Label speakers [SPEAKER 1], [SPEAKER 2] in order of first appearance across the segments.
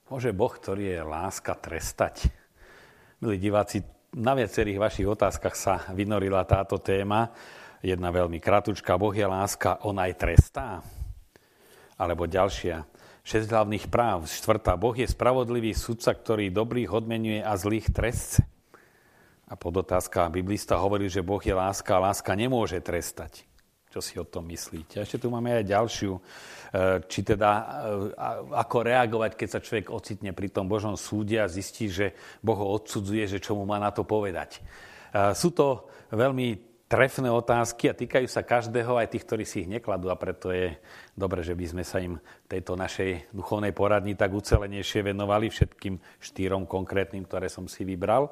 [SPEAKER 1] Môže Boh, ktorý je láska, trestať? Milí diváci, na viacerých vašich otázkach sa vynorila táto téma. Jedna veľmi kratučká. Boh je láska, on aj trestá? Alebo ďalšia. 6 hlavných práv. 4. Boh je spravodlivý sudca, ktorý dobrých odmenuje a zlých trestce. A podotázka. Biblista hovorí, že Boh je láska a láska nemôže trestať. Čo si o tom myslíte? A ešte tu máme aj ďalšiu. Či teda, ako reagovať, keď sa človek ocitne pri tom Božom súde a zistí, že Boh ho odsudzuje, že čo mu má na to povedať. Sú to veľmi trefné otázky a týkajú sa každého, aj tých, ktorí si ich nekladú, a preto je dobre, že by sme sa im tejto našej duchovnej poradni tak ucelenejšie venovali, všetkým 4 konkrétnym, ktoré som si vybral.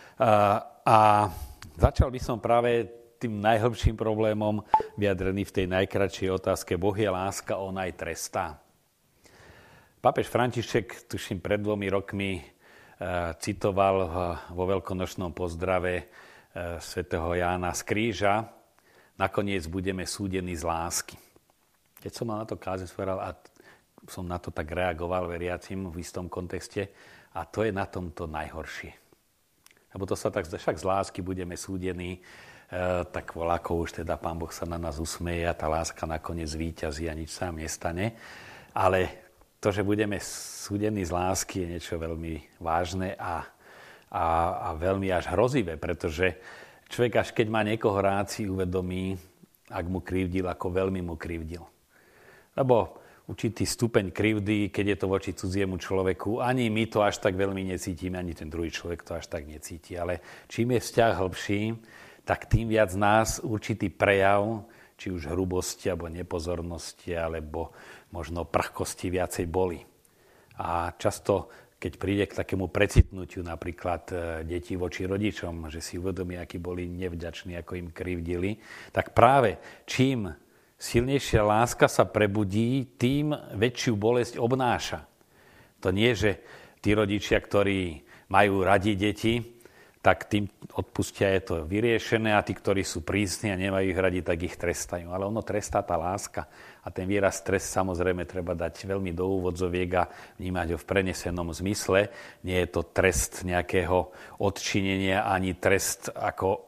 [SPEAKER 1] A začal by som práve tým najhlbším problémom vyjadrený v tej najkratšej otázke. Boh je láska, on aj trestá. Pápež František, tuším, pred 2 rokmi citoval vo veľkonočnom pozdrave svätého Jána z Kríža: nakoniec budeme súdení z lásky. Keď som mal na to kázeň povedal a som na to tak reagoval veriacim v istom kontexte, a to je na tomto najhoršie. Lebo to sa tak, však z lásky budeme súdení, tak voľako už teda Pán Boh sa na nás usmeje a tá láska nakoniec víťazí a nič sa nám nestane. Ale to, že budeme súdení z lásky, je niečo veľmi vážne a veľmi až hrozivé, pretože človek, až keď má niekoho rád, si uvedomí, ak mu krivdil, ako veľmi mu krivdil. Lebo určitý stupeň krivdy, keď je to voči cudziemu človeku, ani my to až tak veľmi necítime, ani ten druhý človek to až tak necíti. Ale čím je vzťah hlbší, tak tým viac nás určitý prejav, či už hrubosti, alebo nepozornosti, alebo možno prchkosti viacej boli. A často, keď príde k takému precitnutiu napríklad detí voči rodičom, že si uvedomia, akí boli nevďační, ako im krivdili, tak práve čím silnejšia láska sa prebudí, tým väčšiu bolesť obnáša. To nie, že tí rodičia, ktorí majú radi deti, tak tým odpustia, je to vyriešené, a tí, ktorí sú prísni a nemajú ich radi, tak ich trestajú. Ale ono trestá tá láska. A ten výraz trest samozrejme treba dať veľmi do úvodzoviek a vnímať ho v prenesenom zmysle. Nie je to trest nejakého odčinenia, ani trest ako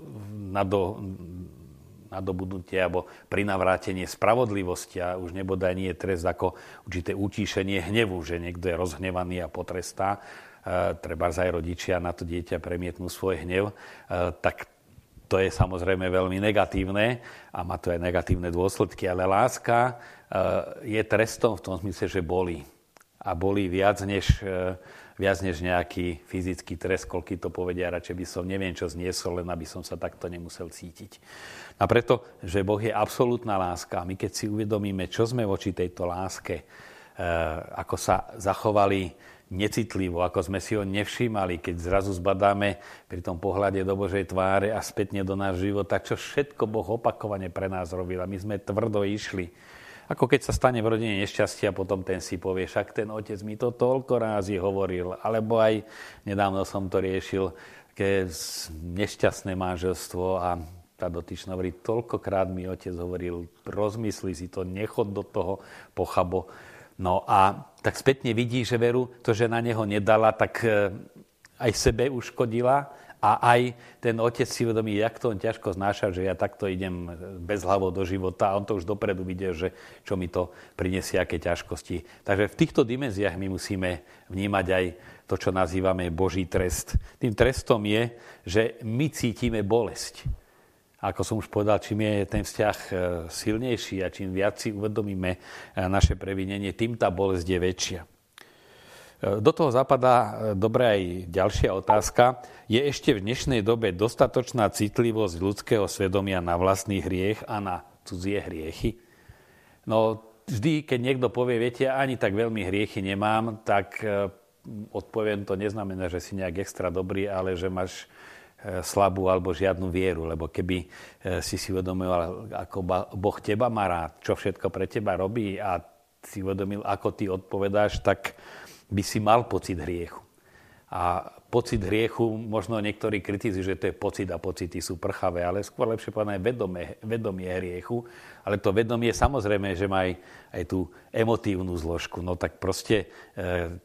[SPEAKER 1] nadobudnutie alebo prinavrátenie spravodlivosti, a už nebodaj nie je trest ako určité utíšenie hnevu, že niekto je rozhnevaný a potrestá. Treba aj rodičia na to dieťa premietnú svoj hnev, tak to je samozrejme veľmi negatívne a má to aj negatívne dôsledky. Ale láska je trestom v tom zmysle, že bolí. A bolí viac než nejaký fyzický trest, koľký to povedia, radšej by som neviem čo zniesol, len aby som sa takto nemusel cítiť. A preto, že Boh je absolútna láska, a my keď si uvedomíme, čo sme voči tejto láske, ako sa zachovali necitlivo, ako sme si ho nevšímali, keď zrazu zbadáme pri tom pohľade do Božej tváre a spätne do nášho života, čo všetko Boh opakovane pre nás robil, a my sme tvrdo išli. Ako keď sa stane v rodine nešťastie a potom ten si povie, však ten otec mi to toľko rázy hovoril, alebo aj nedávno som to riešil, keď nešťastné manželstvo a tá dotyčná hovorí, toľkokrát mi otec hovoril, rozmysli si to, nechod do toho pochabo. No a tak spätne vidí, že veru, to, že na neho nedala, tak aj sebe uškodila, a aj ten otec si uvedomí, jak to on ťažko znáša, že ja takto idem bezhlavo do života, a on to už dopredu videl, že čo mi to prinesie, aké ťažkosti. Takže v týchto dimenziách my musíme vnímať aj to, čo nazývame Boží trest. Tým trestom je, že my cítime bolesť. Ako som už povedal, čím je ten vzťah silnejší a čím viac si uvedomíme naše previnenie, tým tá bolesť je väčšia. Do toho zapadá dobre aj ďalšia otázka. Je ešte v dnešnej dobe dostatočná citlivosť ľudského svedomia na vlastný hriech a na cudzie hriechy? No vždy, keď niekto povie, viete, ani tak veľmi hriechy nemám, tak odpoviem, to neznamená, že si nejak extra dobrý, ale že máš slabú alebo žiadnu vieru, lebo keby si uvedomil, ako Boh teba má rád, čo všetko pre teba robí, a si uvedomil, ako ty odpovedáš, tak by si mal pocit hriechu. A pocit hriechu, možno niektorí kritizujú, že to je pocit a pocity sú prchavé, ale skôr lepšie povedané vedomie hriechu. Ale to vedomie samozrejme, že má aj tú emotívnu zložku. No tak proste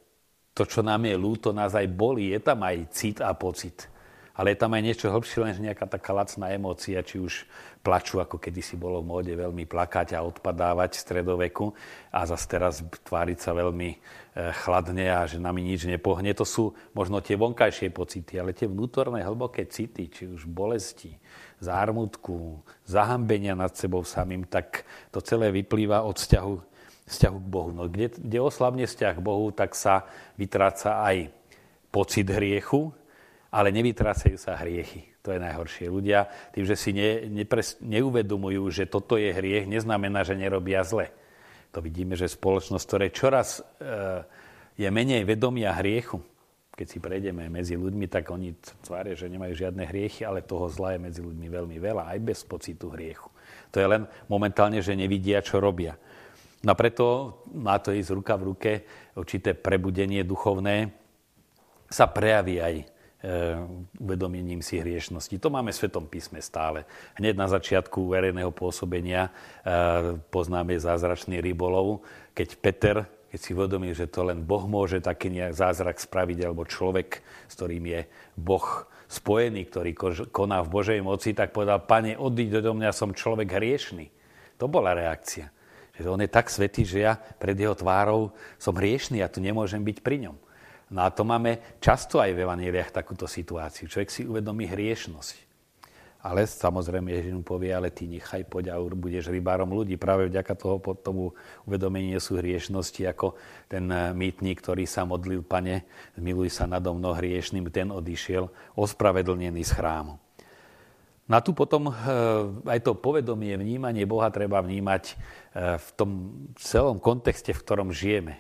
[SPEAKER 1] to, čo nám je ľúto, nás aj bolí. Je tam aj cit a pocit. Ale je tam aj niečo hlbšie, len nejaká taká lacná emócia, či už plaču, ako kedysi bolo v móde veľmi plakať a odpadávať v stredoveku a zase teraz tváriť sa veľmi chladne a že nami nič nepohne. To sú možno tie vonkajšie pocity, ale tie vnútorné hlboké city, či už bolesti, zármutku, zahambenia nad sebou samým, tak to celé vyplýva od vzťahu k Bohu. No, kde oslabne vzťah k Bohu, tak sa vytráca aj pocit hriechu, ale nevytrácajú sa hriechy. To je najhoršie. Ľudia tým, že si neuvedomujú, že toto je hriech, neznamená, že nerobia zle. To vidíme, že spoločnosť, ktorej čoraz je menej vedomia hriechu, keď si prejdeme medzi ľuďmi, tak oni tvária, že nemajú žiadne hriechy, ale toho zla je medzi ľuďmi veľmi veľa, aj bez pocitu hriechu. To je len momentálne, že nevidia, čo robia. No a preto má to ísť ruka v ruke, určité prebudenie duchovné sa prejaví aj uvedomením si hriešnosti. To máme v Svetom písme stále. Hneď na začiatku verejného pôsobenia poznáme zázračný rybolov, keď si uvedomil, že to len Boh môže taký nejak zázrak spraviť, alebo človek, s ktorým je Boh spojený, ktorý koná v Božej moci, tak povedal: Pane, odíď do mňa, som človek hriešný. To bola reakcia. Že on je tak svätý, že ja pred jeho tvárou som hriešný a tu nemôžem byť pri ňom. No a to máme často aj v evanjeliách takúto situáciu. Človek si uvedomí hriešnosť. Ale samozrejme Ježiš mu povie: ale ty nechaj, poď a budeš rybárom ľudí. Práve vďaka tomu uvedomeniu sú hriešnosti, ako ten mýtnik, ktorý sa modlil: Pane, zmiluj sa nado mnou hriešným, ten odišiel ospravedlnený z chrámu. Na tu potom aj to povedomie, vnímanie Boha treba vnímať v tom celom kontexte, v ktorom žijeme.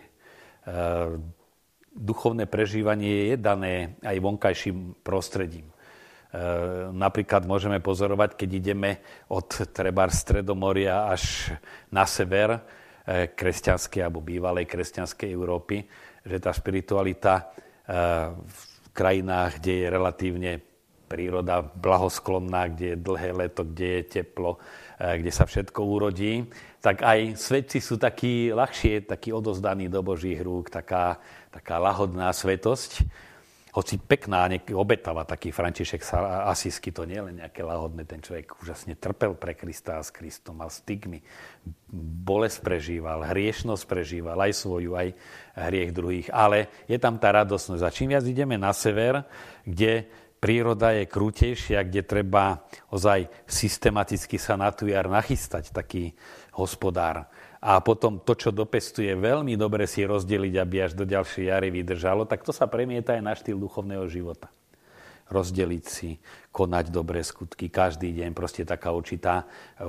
[SPEAKER 1] Duchovné prežívanie je dané aj vonkajším prostredím. Napríklad môžeme pozorovať, keď ideme od Stredomoria až na sever kresťanskej alebo bývalej kresťanskej Európy, že tá spiritualita v krajinách, kde je relatívne príroda blahosklonná, kde je dlhé leto, kde je teplo, kde sa všetko urodí, tak aj svetci sú takí ľahšie, takí odozdaní do Božích rúk, taká lahodná svetosť. Hoci pekná, obetava, taký František Asisky, to nie je len nejaké lahodné, ten človek úžasne trpel pre Krista a s Kristom, mal stigmy, bolesť prežíval, hriešnosť prežíval, aj svoju, aj hriech druhých. Ale je tam tá radosnosť. A čím viac ideme na sever, kde príroda je krútejšia, kde treba ozaj systematicky sa na tú jar nachystať, taký hospodár. A potom to, čo dopestuje, veľmi dobre si rozdeliť, aby až do ďalšej jary vydržalo, tak to sa premieta aj na štýl duchovného života. Rozdeliť si, konať dobré skutky každý deň, proste taká určitá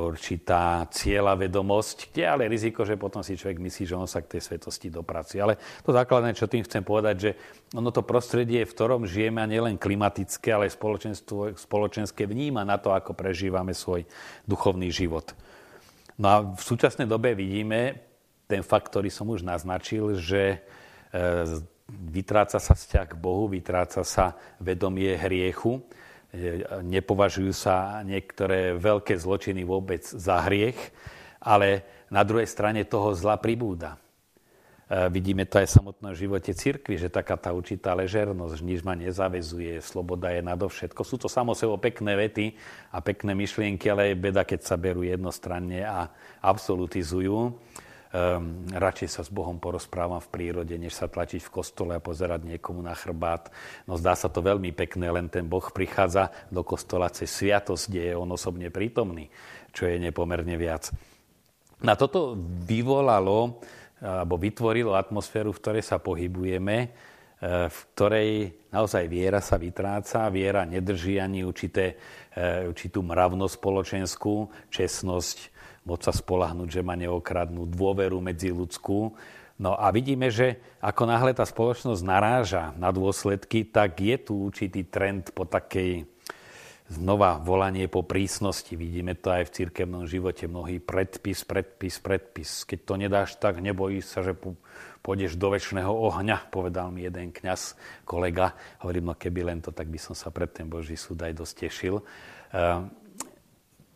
[SPEAKER 1] cieľa vedomosť, kde ale riziko, že potom si človek myslí, že on sa k tej svetosti dopracuje. Ale to základné, čo tým chcem povedať, že ono to prostredie, v ktorom žijeme, a nielen klimatické, ale spoločenské, vníma na to, ako prežívame svoj duchovný život. No a v súčasnej dobe vidíme ten fakt, ktorý som už naznačil, že vytráca sa vzťah k Bohu, vytráca sa vedomie hriechu, nepovažujú sa niektoré veľké zločiny vôbec za hriech, ale na druhej strane toho zla pribúda. Vidíme to aj v samotnom živote cirkvi, že taká tá určitá ležernosť, nič ma nezavezuje, sloboda je nadovšetko. Sú to samo sebo pekné vety a pekné myšlienky, ale je beda, keď sa berú jednostranne a absolutizujú. Radšej sa s Bohom porozprávam v prírode, než sa tlačiť v kostole a pozerať niekomu na chrbát. No zdá sa to veľmi pekné, len ten Boh prichádza do kostola cez sviatosť, kde je on osobne prítomný, čo je nepomerne viac. Na toto vyvolalo alebo vytvorilo atmosféru, v ktorej sa pohybujeme, v ktorej naozaj viera sa vytráca, viera nedrží ani určitú mravnosť spoločenskú, čestnosť, môcť sa spoľahnúť, že ma neokradnú, dôveru medziľudskú. No a vidíme, že ako náhle tá spoločnosť naráža na dôsledky, tak je tu určitý trend po takej znova volanie po prísnosti. Vidíme to aj v cirkevnom živote. Mnohý predpis. Keď to nedáš tak, nebojíš sa, že pôjdeš do večného ohňa, povedal mi jeden kňaz, kolega. Hovorím, no keby len to, tak by som sa pred ten Boží súd aj dosť tešil.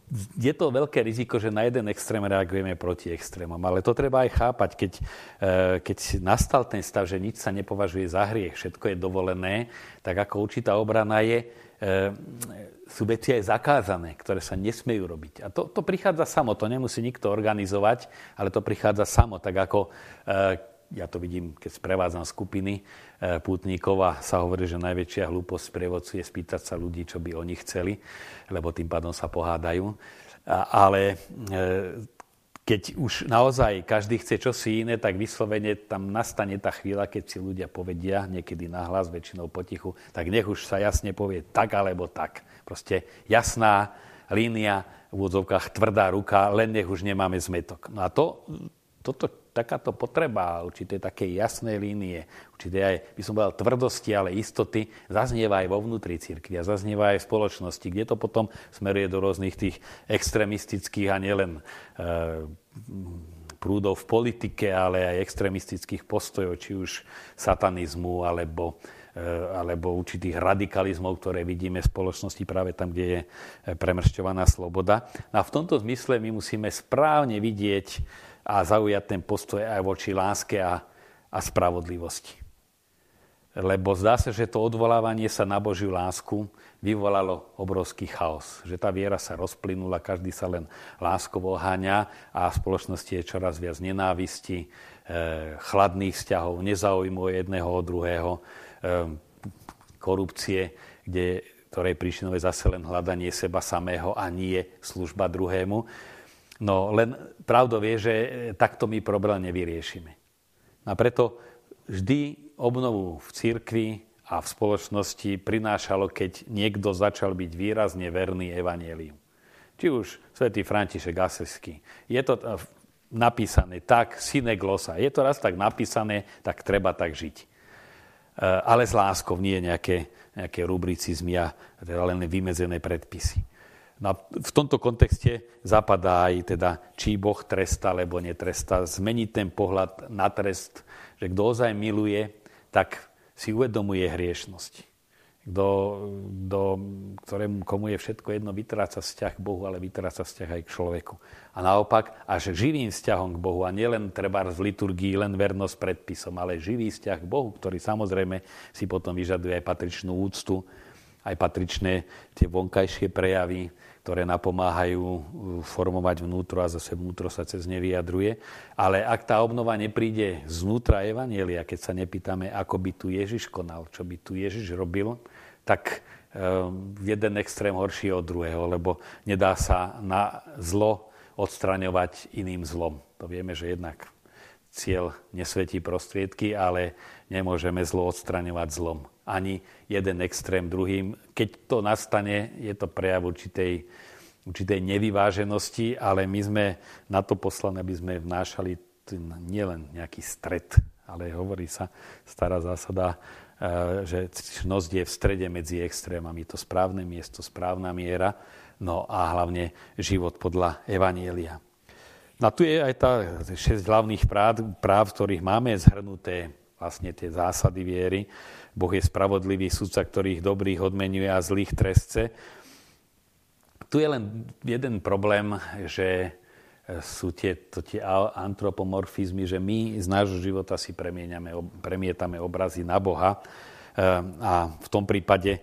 [SPEAKER 1] je to veľké riziko, že na jeden extrém reagujeme proti extrémom. Ale to treba aj chápať, keď nastal ten stav, že nič sa nepovažuje za hriech, všetko je dovolené, tak ako určitá obrana sú veci aj zakázané, ktoré sa nesmejú robiť. A to prichádza samo, to nemusí nikto organizovať, ale to prichádza samo, tak ako ja to vidím, keď sprevádzam skupiny pútnikov a sa hovorí, že najväčšia hlúposť sprievodcu je spýtať sa ľudí, čo by oni chceli, lebo tým pádom sa pohádajú. Ale keď už naozaj každý chce čosi iné, tak vyslovene tam nastane tá chvíľa, keď si ľudia povedia, niekedy nahlas, väčšinou potichu, tak nech už sa jasne povie tak alebo tak. Proste jasná línia, v úvodzovkách tvrdá ruka, len nech už nemáme zmätok. No a takáto potreba určitej takej jasnej línie, určitej aj, by som povedal, tvrdosti, ale istoty, zaznieva aj vo vnútri cirkvi a zaznieva aj v spoločnosti, kde to potom smeruje do rôznych tých extrémistických a nielen prúdov v politike, ale aj extrémistických postojov, či už satanizmu, alebo určitých radikalizmov, ktoré vidíme v spoločnosti práve tam, kde je premršťovaná sloboda. A v tomto zmysle my musíme správne vidieť a zaujať ten postoj aj voči láske a spravodlivosti. Lebo zdá sa, že to odvolávanie sa na Božiu lásku vyvolalo obrovský chaos. Že tá viera sa rozplynula, každý sa len láskovo oháňa a v spoločnosti je čoraz viac nenávisti, chladných vzťahov, nezáujmu jedného od druhého, korupcie, ktorej príčinou je zase len hľadanie seba samého a nie služba druhému. No len pravdou je, že takto my problém nevyriešime. A preto vždy obnovu v cirkvi a v spoločnosti prinášalo, keď niekto začal byť výrazne verný evanjeliu. Či už svätý František Asijský. Je to napísané tak, sine glossa. Je to raz tak napísané, tak treba tak žiť. Ale s láskou, nie nejaké rubricizmy a teda len vymedzené predpisy. No v tomto kontexte zapadá aj teda, či Boh trestá, alebo netrestá. Zmeniť ten pohľad na trest, že kto ozaj miluje, tak si uvedomuje hriešnosť. Komu je všetko jedno, vytráca vzťah k Bohu, ale vytráca vzťah aj k človeku. A naopak, až živým vzťahom k Bohu, a nielen treba v liturgii, len vernosť predpisom, ale živý vzťah k Bohu, ktorý samozrejme si potom vyžaduje aj patričnú úctu, aj patričné tie vonkajšie prejavy, ktoré napomáhajú formovať vnútro a zase vnútro sa cez ne vyjadruje. Ale ak tá obnova nepríde znútra evanjelia, keď sa nepýtame, ako by tu Ježiš konal, čo by tu Ježiš robil, tak jeden extrém horší od druhého, lebo nedá sa na zlo odstraňovať iným zlom. To vieme, že jednak cieľ nesvetí prostriedky, ale nemôžeme zlo odstraňovať zlom. Ani jeden extrém druhým. Keď to nastane, je to prejav určitej nevyváženosti, ale my sme na to poslané, aby sme vnášali nielen nejaký stret, ale hovorí sa stará zásada, že čnosť je v strede medzi extrémami. To správne miesto, správna miera, no a hlavne život podľa evanjelia. No a tu je aj tá 6 hlavných práv, ktorých máme zhrnuté vlastne tie zásady viery. Boh je spravodlivý sudca, ktorých dobrých odmenuje a zlých trestce. Tu je len jeden problém, že sú tie antropomorfizmy, že my z nášho života si premietame obrazy na Boha. A v tom prípade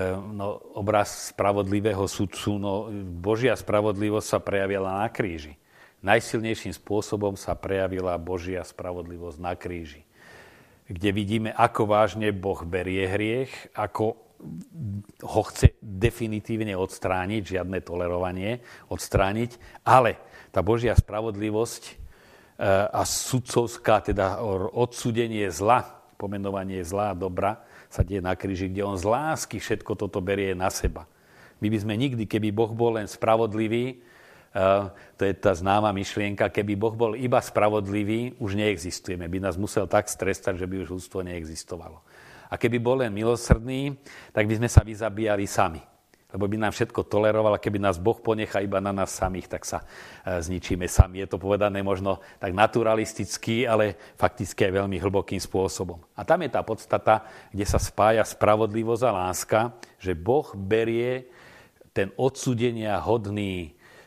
[SPEAKER 1] obraz spravodlivého sudcu, Božia spravodlivosť sa prejavila na kríži. Najsilnejším spôsobom sa prejavila Božia spravodlivosť na kríži, kde vidíme, ako vážne Boh berie hriech, ako ho chce definitívne odstrániť, žiadne tolerovanie odstrániť, ale tá Božia spravodlivosť a sudcovská, teda odsúdenie zla, pomenovanie zla a dobra sa deje na kríži, kde on z lásky všetko toto berie na seba. My by sme nikdy, keby Boh bol len spravodlivý, to je tá známa myšlienka, keby Boh bol iba spravodlivý, už neexistujeme. By nás musel tak strestať, že by už ľudstvo neexistovalo. A keby bol len milosrdný, tak by sme sa vyzabíjali sami. Lebo by nám všetko toleroval, a keby nás Boh ponechá iba na nás samých, tak sa zničíme sami. Je to povedané možno tak naturalisticky, ale fakticky aj veľmi hlbokým spôsobom. A tam je tá podstata, kde sa spája spravodlivosť a láska, že Boh berie ten odsúdenia hodný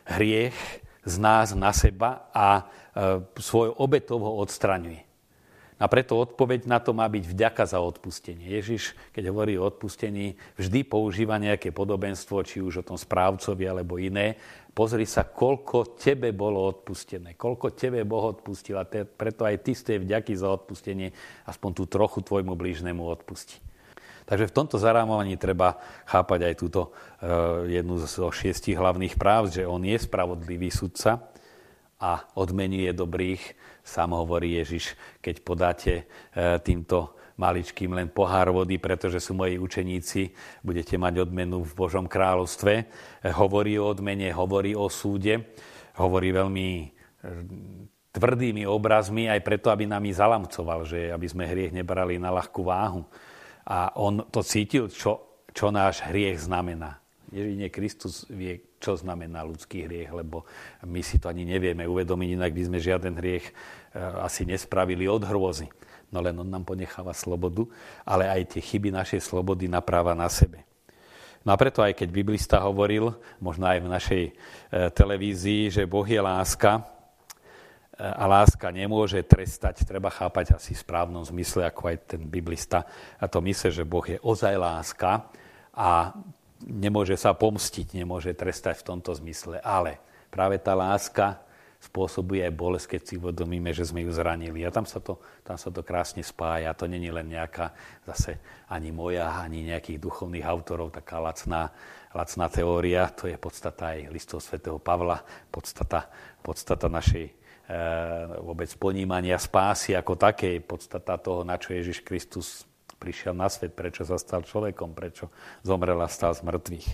[SPEAKER 1] hriech z nás na seba a svojou obetou ho odstraňuje. A preto odpoveď na to má byť vďaka za odpustenie. Ježiš, keď hovorí o odpustení, vždy používa nejaké podobenstvo, či už o tom správcovi alebo iné. Pozri sa, koľko tebe bolo odpustené, koľko tebe Boh odpustil a preto aj ty ste vďaky za odpustenie, aspoň tú trochu tvojmu blížnemu odpusti. Takže v tomto zarámovaní treba chápať aj túto jednu zo 6 hlavných práv, že on je spravodlivý sudca a odmenuje dobrých. Sám hovorí Ježiš, keď podáte týmto maličkým len pohár vody, pretože sú moji učeníci, budete mať odmenu v Božom kráľovstve. Hovorí o odmene, hovorí o súde, hovorí veľmi tvrdými obrazmi, aj preto, aby nám ich zalamcoval, že aby sme hriech nebrali na ľahkú váhu. A on to cítil, čo náš hriech znamená. Jedine Kristus vie, čo znamená ľudský hriech, lebo my si to ani nevieme uvedomiť, inak by sme žiaden hriech asi nespravili od hrôzy. No len on nám ponecháva slobodu, ale aj tie chyby našej slobody napráva na sebe. No a preto aj keď biblista hovoril, možno aj v našej televízii, že Boh je láska a láska nemôže trestať, treba chápať asi v správnom zmysle, ako aj ten biblista a to myslí, že Boh je ozaj láska a nemôže sa pomstiť, nemôže trestať v tomto zmysle, ale práve tá láska spôsobuje aj bolesť, keď si uvedomíme, že sme ju zranili. A tam sa to krásne spája. To nie je len nejaká zase ani moja, ani nejakých duchovných autorov, taká lacná teória. To je podstata aj listov svätého Pavla, podstata našej vôbec ponímania spásy ako takej, podstata toho, na čo Ježiš Kristus prišiel na svet, prečo sa stal človekom, prečo zomrel a stal z mŕtvych.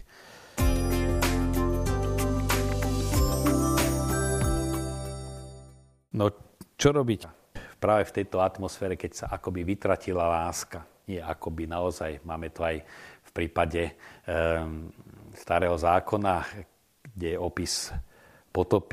[SPEAKER 1] No, čo robiť práve v tejto atmosfére, keď sa akoby vytratila láska? Nie akoby naozaj, máme to aj v prípade Starého zákona, kde je opis potopy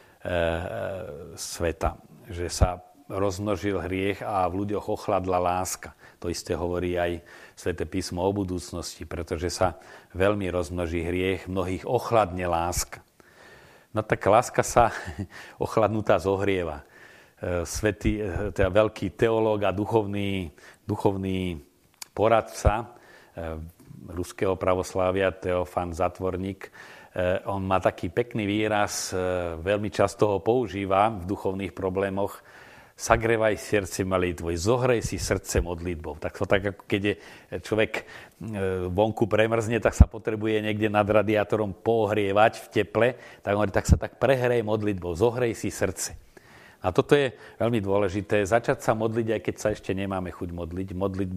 [SPEAKER 1] sveta, že sa rozmnožil hriech a v ľuďoch ochladla láska. To isté hovorí aj Sväté písmo o budúcnosti, pretože sa veľmi rozmnoží hriech, mnohých ochladne láska. No tak láska sa ochladnutá zohrieva. Svätý, teda veľký teológ a duchovný poradca ruského pravoslávia Teofan Zatvorník, on má taký pekný výraz, veľmi často ho používa v duchovných problémoch: sagrevaj srdce modlitbou, zohrej si srdce modlitbou. Tak ako keď je človek vonku premrzne, tak sa potrebuje niekde nad radiátorom pohrievať v teple, tak hovorí, tak sa tak prehrej modlitbou, zohrej si srdce. A toto je veľmi dôležité, začať sa modliť, aj keď sa ešte nemáme chuť modliť.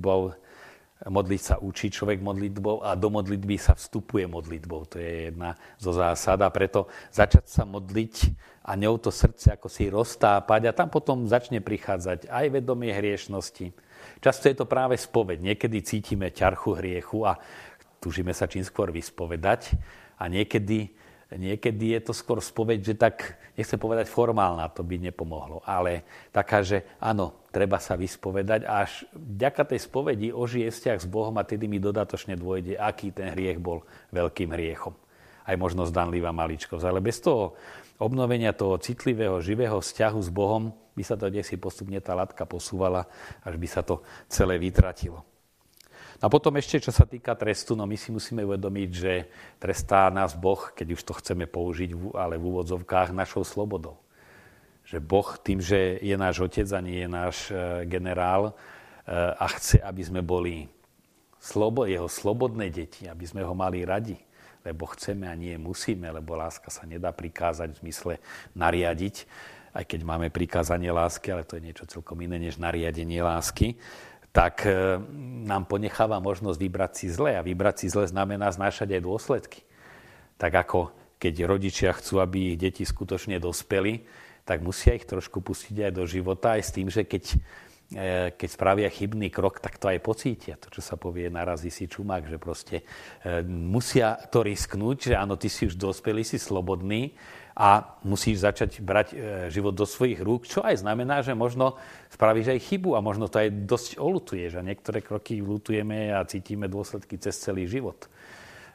[SPEAKER 1] Modliť sa učí človek modlitbou a do modlitby sa vstupuje modlitbou. To je jedna zo zásad a preto začať sa modliť a ňou to srdce ako si roztápať a tam potom začne prichádzať aj vedomie hriešnosti. Často je to práve spoveď. Niekedy cítime ťarchu hriechu a túžime sa čím skôr vyspovedať a niekedy je to skôr spoveď, že tak, nechcem povedať formálna, to by nepomohlo, ale taká, že áno, treba sa vyspovedať a až vďaka tej spovedi ožije vzťah s Bohom a tedy mi dodatočne dôjde, aký ten hriech bol veľkým hriechom. Aj možno zdanlivá maličkosť, ale bez toho obnovenia toho citlivého, živého vzťahu s Bohom by sa to desi postupne tá latka posúvala, až by sa to celé vytratilo. A potom ešte, čo sa týka trestu, no my si musíme uvedomiť, že trestá nás Boh, keď už to chceme použiť, ale v úvodzovkách, našou slobodou. Že Boh tým, že je náš otec a nie je náš generál a chce, aby sme boli jeho slobodné deti, aby sme ho mali radi, lebo chceme a nie musíme, lebo láska sa nedá prikázať v zmysle nariadiť, aj keď máme prikázanie lásky, ale to je niečo celkom iné než nariadenie lásky, tak nám ponecháva možnosť vybrať si zle. A vybrať si zle znamená znášať aj dôsledky. Tak ako keď rodičia chcú, aby ich deti skutočne dospeli, tak musia ich trošku pustiť aj do života, aj s tým, že keď spravia chybný krok, tak to aj pocítia. To, čo sa povie, narazí si čumák, že proste musia to risknúť, že áno, ty si už dospelý, si slobodný, a musíš začať brať život do svojich rúk, čo aj znamená, že možno spravíš aj chybu a možno to aj dosť oľutuješ a niektoré kroky ľutujeme a cítime dôsledky cez celý život.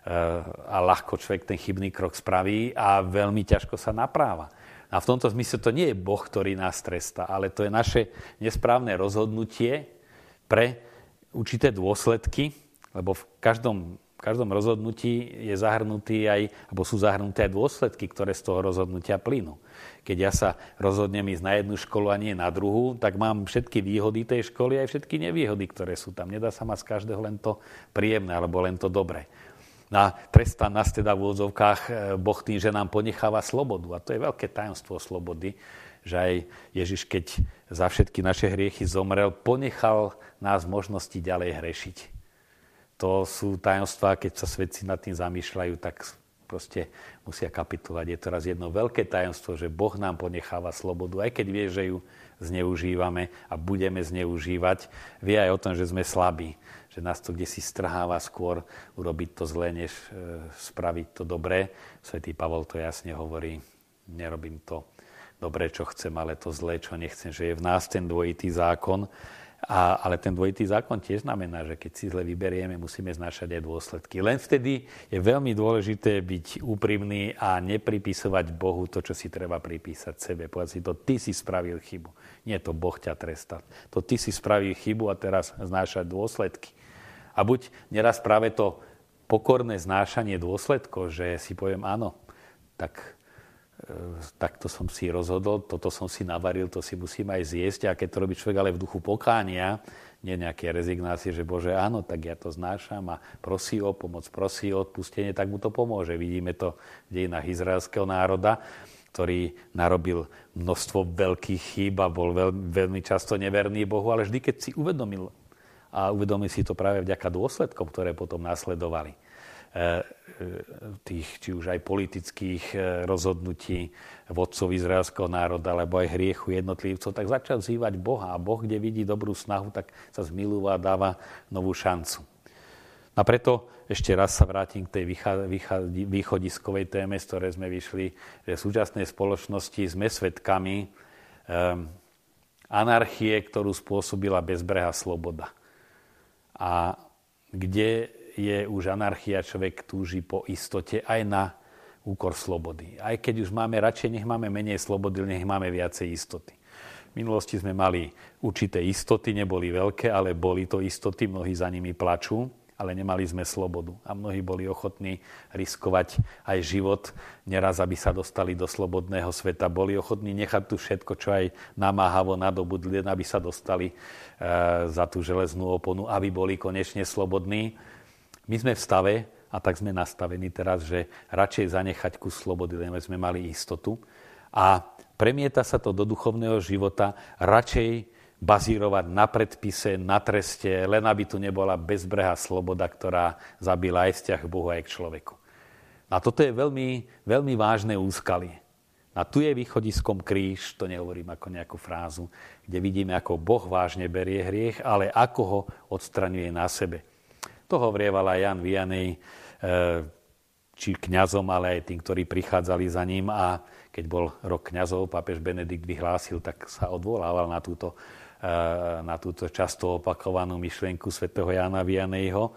[SPEAKER 1] a ľahko človek ten chybný krok spraví a veľmi ťažko sa napráva. A v tomto zmysle to nie je Boh, ktorý nás trestá, ale to je naše nesprávne rozhodnutie pre určité dôsledky, lebo v každom rozhodnutí je zahrnutý alebo sú zahrnuté aj dôsledky, ktoré z toho rozhodnutia plynú. Keď ja sa rozhodnem ísť na jednu školu a nie na druhú, tak mám všetky výhody tej školy aj všetky nevýhody, ktoré sú tam. Nedá sa mať z každého len to príjemné alebo len to dobré. A trestá nás teda v úvodzovkách Boh tým, že nám ponecháva slobodu. A to je veľké tajomstvo slobody, že aj Ježiš, keď za všetky naše hriechy zomrel, ponechal nás možnosti ďalej hrešiť. To sú tajomstvá, keď sa svedci nad tým zamýšľajú, tak proste musia kapitulovať. Je to raz jedno veľké tajomstvo, že Boh nám ponecháva slobodu, aj keď vie, že ju zneužívame a budeme zneužívať. Vie aj o tom, že sme slabí, že nás to kdesi strháva skôr urobiť to zlé, než spraviť to dobré. Svätý Pavol to jasne hovorí, nerobím to dobré, čo chcem, ale to zlé, čo nechcem, že je v nás ten dvojitý zákon. Ale ten dvojitý zákon tiež znamená, že keď si zle vyberieme, musíme znášať aj dôsledky. Len vtedy je veľmi dôležité byť úprimný a nepripisovať Bohu to, čo si treba pripísať sebe. Povedať si to, ty si spravil chybu. Nie to Boh ťa trestá. To ty si spravil chybu a teraz znášať dôsledky. A buď neraz práve to pokorné znášanie dôsledkov, že si poviem áno, takto som si rozhodol, toto som si navaril, to si musím aj zjesť. A keď to robí človek ale v duchu pokánia, nie nejaké rezignácie, že Bože, áno, tak ja to znášam a prosí o pomoc, prosí o odpustenie, tak mu to pomôže. Vidíme to v dejinách izraelského národa, ktorý narobil množstvo veľkých chýb a bol veľmi často neverný Bohu, ale vždy, keď si uvedomil si to práve vďaka dôsledkom, ktoré potom nasledovali, tých, či už aj politických rozhodnutí vodcov izraelského národa, alebo aj hriechu jednotlivcov, tak začal vzývať Boha. A Boh, kde vidí dobrú snahu, tak sa zmilúva a dáva novú šancu. A preto ešte raz sa vrátim k tej východiskovej téme, z ktorej sme vyšli, že v súčasnej spoločnosti sme svedkami anarchie, ktorú spôsobila bezbrehá sloboda. A kde je už anarchia, človek túži po istote aj na úkor slobody. Aj keď už máme radšej, nech máme menej slobody, nech máme viacej istoty. V minulosti sme mali určité istoty, neboli veľké, ale boli to istoty, mnohí za nimi plačú, ale nemali sme slobodu. A mnohí boli ochotní riskovať aj život, neraz, aby sa dostali do slobodného sveta. Boli ochotní nechať tu všetko, čo aj namáhavo nadobudli, aby sa dostali za tú železnú oponu, aby boli konečne slobodní. My sme v stave, a tak sme nastavení teraz, že radšej zanechať kus slobody, len sme mali istotu. A premieta sa to do duchovného života, radšej bazírovať na predpise, na treste, len aby tu nebola bezbrehá sloboda, ktorá zabíla aj vzťah k Bohu aj k človeku. A toto je veľmi, veľmi vážne úskalie. A tu je východiskom kríž, to nehovorím ako nejakú frázu, kde vidíme, ako Boh vážne berie hriech, ale ako ho odstraňuje na sebe. To hovorieval aj Ján Vianney, či kňazom, ale aj tým, ktorí prichádzali za ním. A keď bol rok kňazov, pápež Benedikt vyhlásil, tak sa odvolával na túto často opakovanú myšlienku svätého Jána Vianneyho.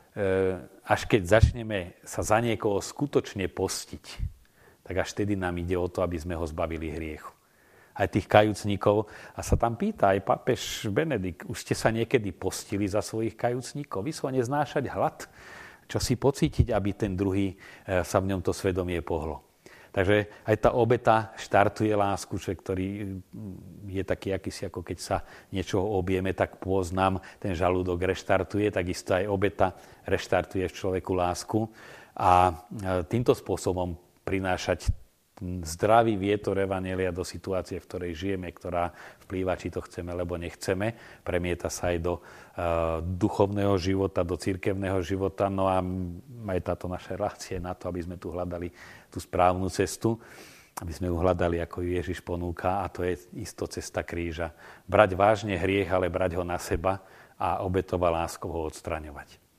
[SPEAKER 1] Až keď začneme sa za niekoho skutočne postiť, tak až vtedy nám ide o to, aby sme ho zbavili hriechu. Aj tých kajúcnikov. A sa tam pýta aj pápež Benedikt, už ste sa niekedy postili za svojich kajúcnikov? Vyslovene znášať hlad, čo si pocítiť, aby ten druhý sa v ňom to svedomie pohlo. Takže aj tá obeta štartuje lásku, ktorý je taký akýsi, ako keď sa niečoho objeme, tak poznám, ten žalúdok reštartuje, takisto aj obeta reštartuje v človeku lásku. A týmto spôsobom prinášať zdravý vietor evanjelia do situácie, v ktorej žijeme, ktorá vplýva, či to chceme, alebo nechceme. Premieta sa aj do duchovného života, do cirkevného života. No a aj táto naša relácia je na to, aby sme tu hľadali tú správnu cestu, aby sme ju hľadali, ako ju Ježiš ponúka, a to je isto cesta kríža. Brať vážne hriech, ale brať ho na seba a obetová láskou ho odstraňovať.